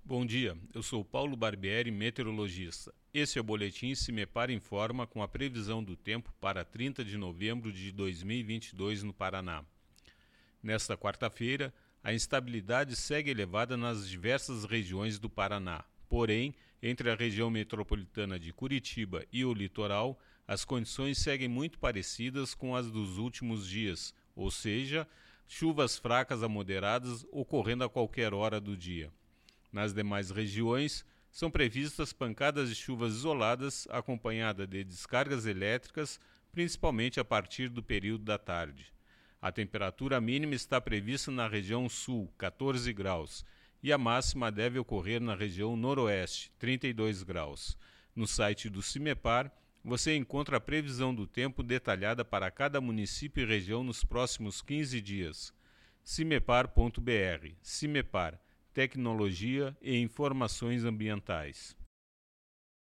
Bom dia, eu sou Paulo Barbieri, meteorologista. Este é o Boletim CIMEPAR Informa com a previsão do tempo para 30 de novembro de 2022 no Paraná. Nesta quarta-feira, a instabilidade segue elevada nas diversas regiões do Paraná. Porém, entre a região metropolitana de Curitiba e o litoral, as condições seguem muito parecidas com as dos últimos dias, ou seja, chuvas fracas a moderadas ocorrendo a qualquer hora do dia. Nas demais regiões, são previstas pancadas de chuvas isoladas, acompanhadas de descargas elétricas, principalmente a partir do período da tarde. A temperatura mínima está prevista na região sul, 14 graus, e a máxima deve ocorrer na região noroeste, 32 graus. No site do CIMEPAR, você encontra a previsão do tempo detalhada para cada município e região nos próximos 15 dias. cimepar.br. CIMEPAR. Tecnologia e informações ambientais.